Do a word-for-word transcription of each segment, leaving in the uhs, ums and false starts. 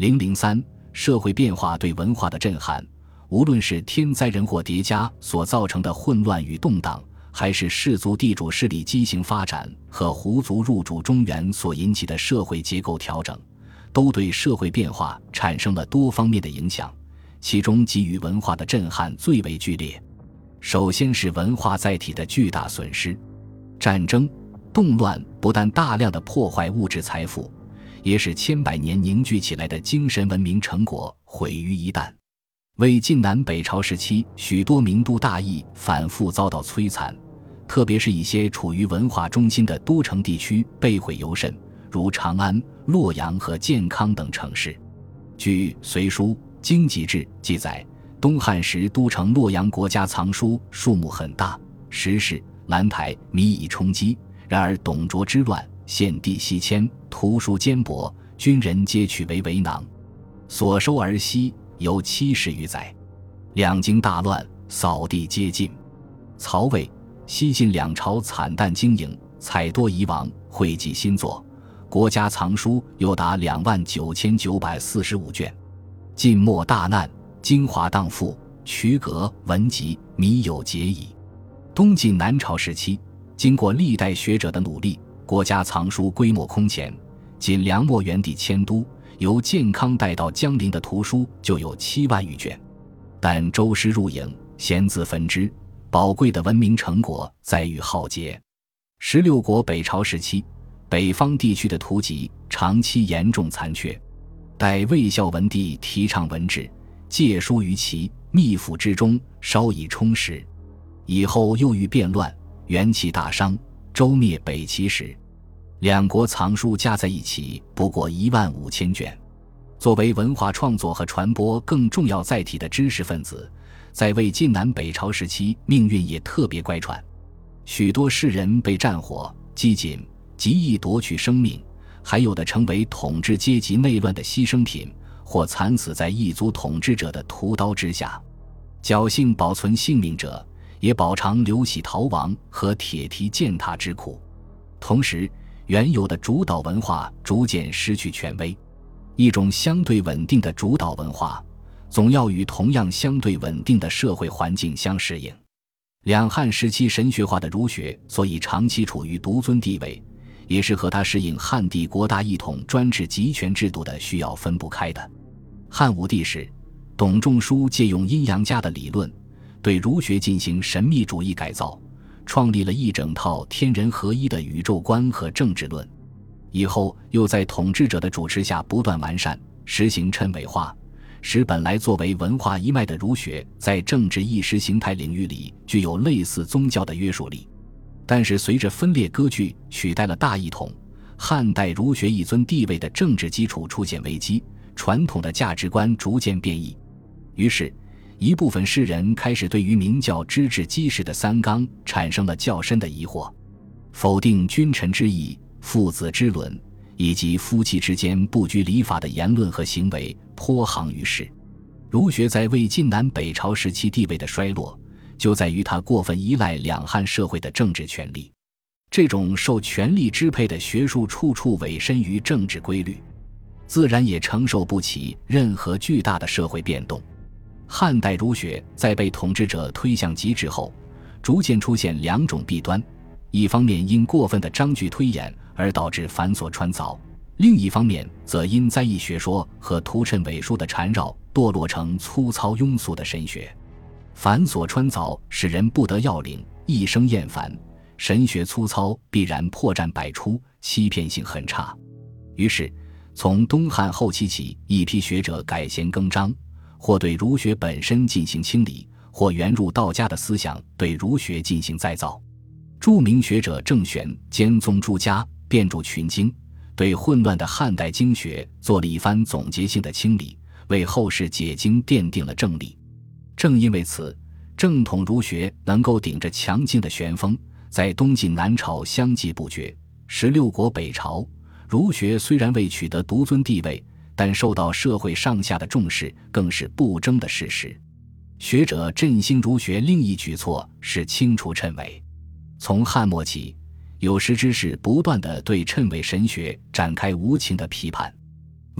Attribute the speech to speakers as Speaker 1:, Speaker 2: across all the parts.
Speaker 1: 零零三社会变化对文化的震撼，无论是天灾人祸叠加所造成的混乱与动荡，还是氏族地主势力畸形发展和胡族入主中原所引起的社会结构调整，都对社会变化产生了多方面的影响，其中给予文化的震撼最为剧烈。首先是文化载体的巨大损失，战争、动乱不但大量的破坏物质财富，也使千百年凝聚起来的精神文明成果毁于一旦。魏晋南北朝时期，许多名都大邑反复遭到摧残，特别是一些处于文化中心的都城地区被毁尤甚，如长安、洛阳和建康等城市。据《隋书·经籍志》记载，东汉时都城洛阳国家藏书数目很大，石室、兰台米以充饥。然而董卓之乱，献地西迁，图书坚薄，军人皆取为为囊，所收而息犹七十余载。两京大乱，扫地皆尽。曹魏、西晋两朝惨淡经营，采多遗亡，讳疾新作，国家藏书又达两万九千九百四十五卷。晋末大难，精华荡妇，渠阁、文集、米有竭矣。东晋南朝时期，经过历代学者的努力，国家藏书规模空前，仅梁末元帝迁都，由建康带到江陵的图书就有七万余卷。但周师入营，闲自焚之，宝贵的文明成果在于浩劫。十六国北朝时期，北方地区的图籍长期严重残缺，待魏孝文帝提倡文治，借书于齐、密府之中，稍以充实。以后又遇变乱，元气大伤，周灭北齐时，两国藏书加在一起不过一万五千卷。作为文化创作和传播更重要载体的知识分子，在魏晋南北朝时期命运也特别乖舛。许多士人被战火、饥馑、极易夺取生命，还有的成为统治阶级内乱的牺牲品，或惨死在异族统治者的屠刀之下。侥幸保存性命者，也饱尝流徙逃亡和铁蹄践踏之苦。同时，原有的主导文化逐渐失去权威。一种相对稳定的主导文化，总要与同样相对稳定的社会环境相适应。两汉时期神学化的儒学所以长期处于独尊地位，也是和它适应汉帝国大一统专制集权制度的需要分不开的。汉武帝时，董仲舒借用阴阳家的理论，对儒学进行神秘主义改造，创立了一整套天人合一的宇宙观和政治论。以后又在统治者的主持下不断完善，实行谶纬化，使本来作为文化一脉的儒学在政治意识形态领域里具有类似宗教的约束力。但是随着分裂割据取代了大一统，汉代儒学一尊地位的政治基础出现危机，传统的价值观逐渐变异。于是一部分士人开始对于明教之治基石的三纲产生了较深的疑惑，否定君臣之义、父子之伦以及夫妻之间不拘礼法的言论和行为颇行于世。儒学在魏晋南北朝时期地位的衰落，就在于它过分依赖两汉社会的政治权力。这种受权力支配的学术处处委身于政治规律，自然也承受不起任何巨大的社会变动。汉代儒学在被统治者推向极致后，逐渐出现两种弊端，一方面因过分的章句推演而导致繁琐穿凿，另一方面则因灾异学说和图谶伪术的缠绕，堕落成粗糙庸俗的神学。繁琐穿凿使人不得要领，一生厌烦，神学粗糙必然破绽百出，欺骗性很差。于是从东汉后期起，一批学者改弦更张，或对儒学本身进行清理，或原入道家的思想对儒学进行再造。著名学者郑玄兼宗朱家，遍注群经，对混乱的汉代经学做了一番总结性的清理，为后世解经奠定了正理。正因为此，正统儒学能够顶着强劲的旋风，在东晋南朝相继不绝。十六国北朝，儒学虽然未取得独尊地位，但受到社会上下的重视更是不争的事实。学者振兴儒学另一举措是清除谶纬。从汉末起，有识之士不断地对谶纬神学展开无情的批判。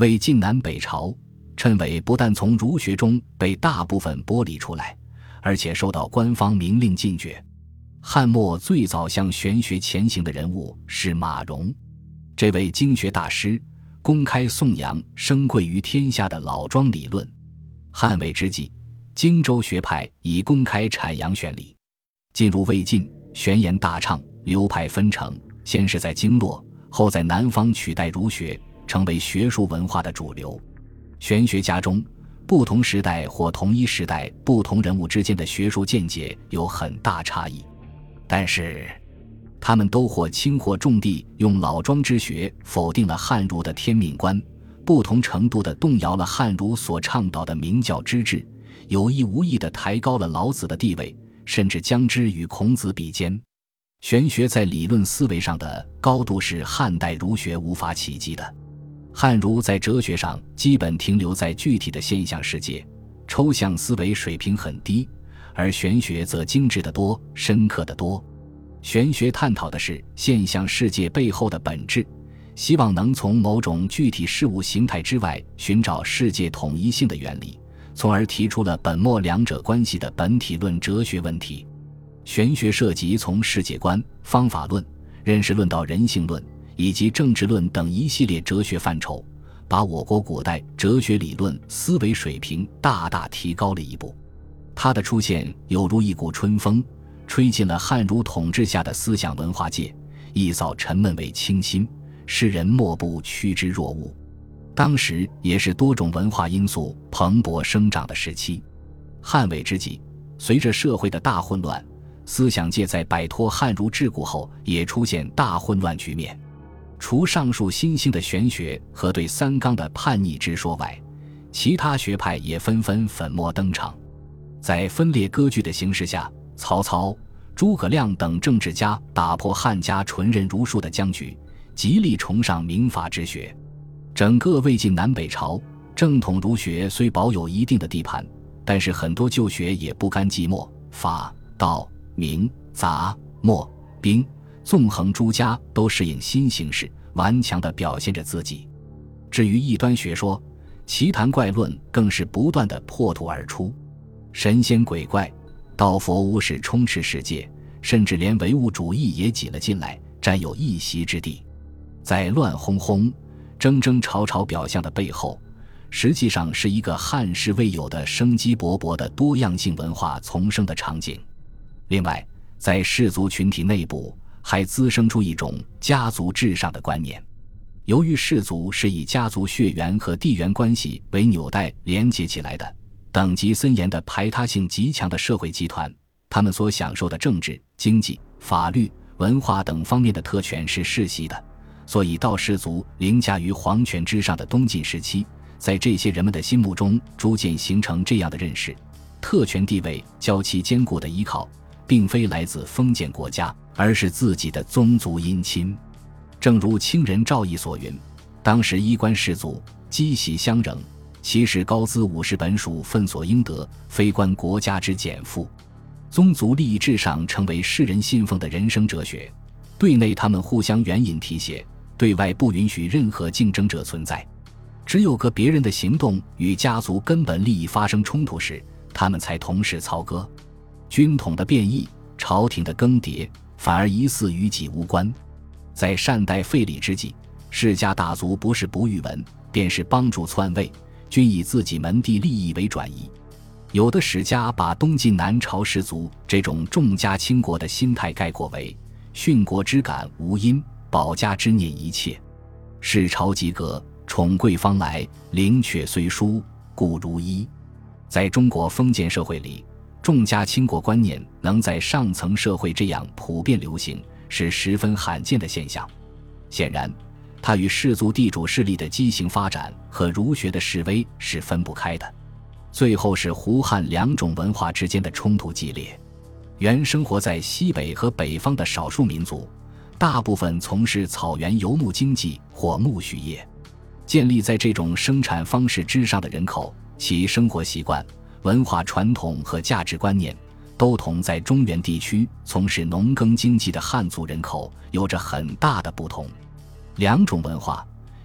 Speaker 1: 魏晋南北朝，谶纬不但从儒学中被大部分剥离出来，而且受到官方明令禁绝。汉末最早向玄学前行的人物是马融，这位经学大师公开颂扬生贵于天下的老庄理论。汉魏之际，荆州学派已公开阐扬玄理。进入魏晋，玄言大畅，流派纷呈，先是在经络，后在南方取代儒学，成为学术文化的主流。玄学家中，不同时代或同一时代不同人物之间的学术见解有很大差异，但是他们都或轻或重地用老庄之学否定了汉儒的天命观，不同程度地动摇了汉儒所倡导的明教之治，有意无意地抬高了老子的地位，甚至将之与孔子比肩。玄学在理论思维上的高度是汉代儒学无法企及的。汉儒在哲学上基本停留在具体的现象世界，抽象思维水平很低，而玄学则精致得多，深刻得多。玄学探讨的是现象世界背后的本质，希望能从某种具体事物形态之外寻找世界统一性的原理，从而提出了本末两者关系的本体论哲学问题。玄学涉及从世界观、方法论、认识论到人性论以及政治论等一系列哲学范畴，把我国古代哲学理论思维水平大大提高了一步。它的出现犹如一股春风，吹进了汉儒统治下的思想文化界，一扫沉闷为清新，世人莫不趋之若鹜。当时也是多种文化因素蓬勃生长的时期。汉魏之际，随着社会的大混乱，思想界在摆脱汉儒桎梏后也出现大混乱局面。除上述新兴的玄学和对三纲的叛逆之说外，其他学派也纷纷粉墨登场。在分裂割据的形势下，曹操、诸葛亮等政治家打破汉家纯任儒术的僵局，极力崇尚民法之学。整个魏晋南北朝，正统儒学虽保有一定的地盘，但是很多旧学也不甘寂寞，法、道、明、杂、墨、兵、纵横诸家都适应新形势，顽强地表现着自己。至于异端学说、奇谈怪论更是不断地破土而出，神仙鬼怪、道佛巫士充斥世界，甚至连唯物主义也挤了进来，占有一席之地。在乱哄哄、争争吵吵表象的背后，实际上是一个汉世未有的生机勃勃的多样性文化丛生的场景。另外，在氏族群体内部还滋生出一种家族至上的观念。由于氏族是以家族血缘和地缘关系为纽带连接起来的，等级森严的排他性极强的社会集团，他们所享受的政治、经济、法律、文化等方面的特权是世袭的，所以到氏族凌驾于皇权之上的东晋时期，在这些人们的心目中逐渐形成这样的认识：特权地位较其坚固的依靠并非来自封建国家，而是自己的宗族姻亲。正如清人赵翼所云，当时衣冠士族积习相仍，其实高资五十本属分所应得，非关国家之减负。宗族利益至上成为世人信奉的人生哲学，对内他们互相援引提携，对外不允许任何竞争者存在。只有个别人的行动与家族根本利益发生冲突时，他们才同时操戈。军统的变异，朝廷的更迭，反而疑似与己无关。在善待废立之际，世家大族不是不遇闻，便是帮助篡位，均以自己门第利益为转移。有的史家把东晋南朝氏族这种重家轻国的心态概括为殉国之感无因，保家之念一切。世朝即革，宠贵方来，灵阙虽殊，故如一。在中国封建社会里，重家轻国观念能在上层社会这样普遍流行，是十分罕见的现象。显然，它与氏族地主势力的畸形发展和儒学的式微是分不开的。最后是胡汉两种文化之间的冲突激烈。原生活在西北和北方的少数民族，大部分从事草原游牧经济或苜蓿业。建立在这种生产方式之上的人口，其生活习惯、文化传统和价值观念都同在中原地区从事农耕经济的汉族人口有着很大的不同。两种文化，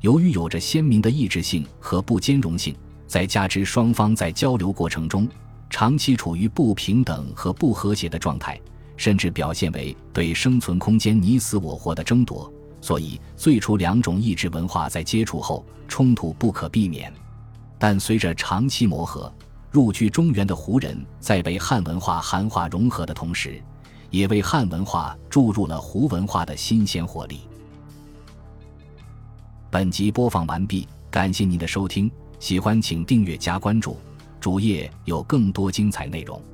Speaker 1: 由于有着鲜明的异质性和不兼容性，再加之双方在交流过程中长期处于不平等和不和谐的状态，甚至表现为对生存空间你死我活的争夺，所以最初两种异质文化在接触后冲突不可避免。但随着长期磨合，入居中原的胡人在被汉文化汉化融合的同时，也为汉文化注入了胡文化的新鲜活力。本集播放完毕，感谢您的收听，喜欢请订阅加关注，主页有更多精彩内容。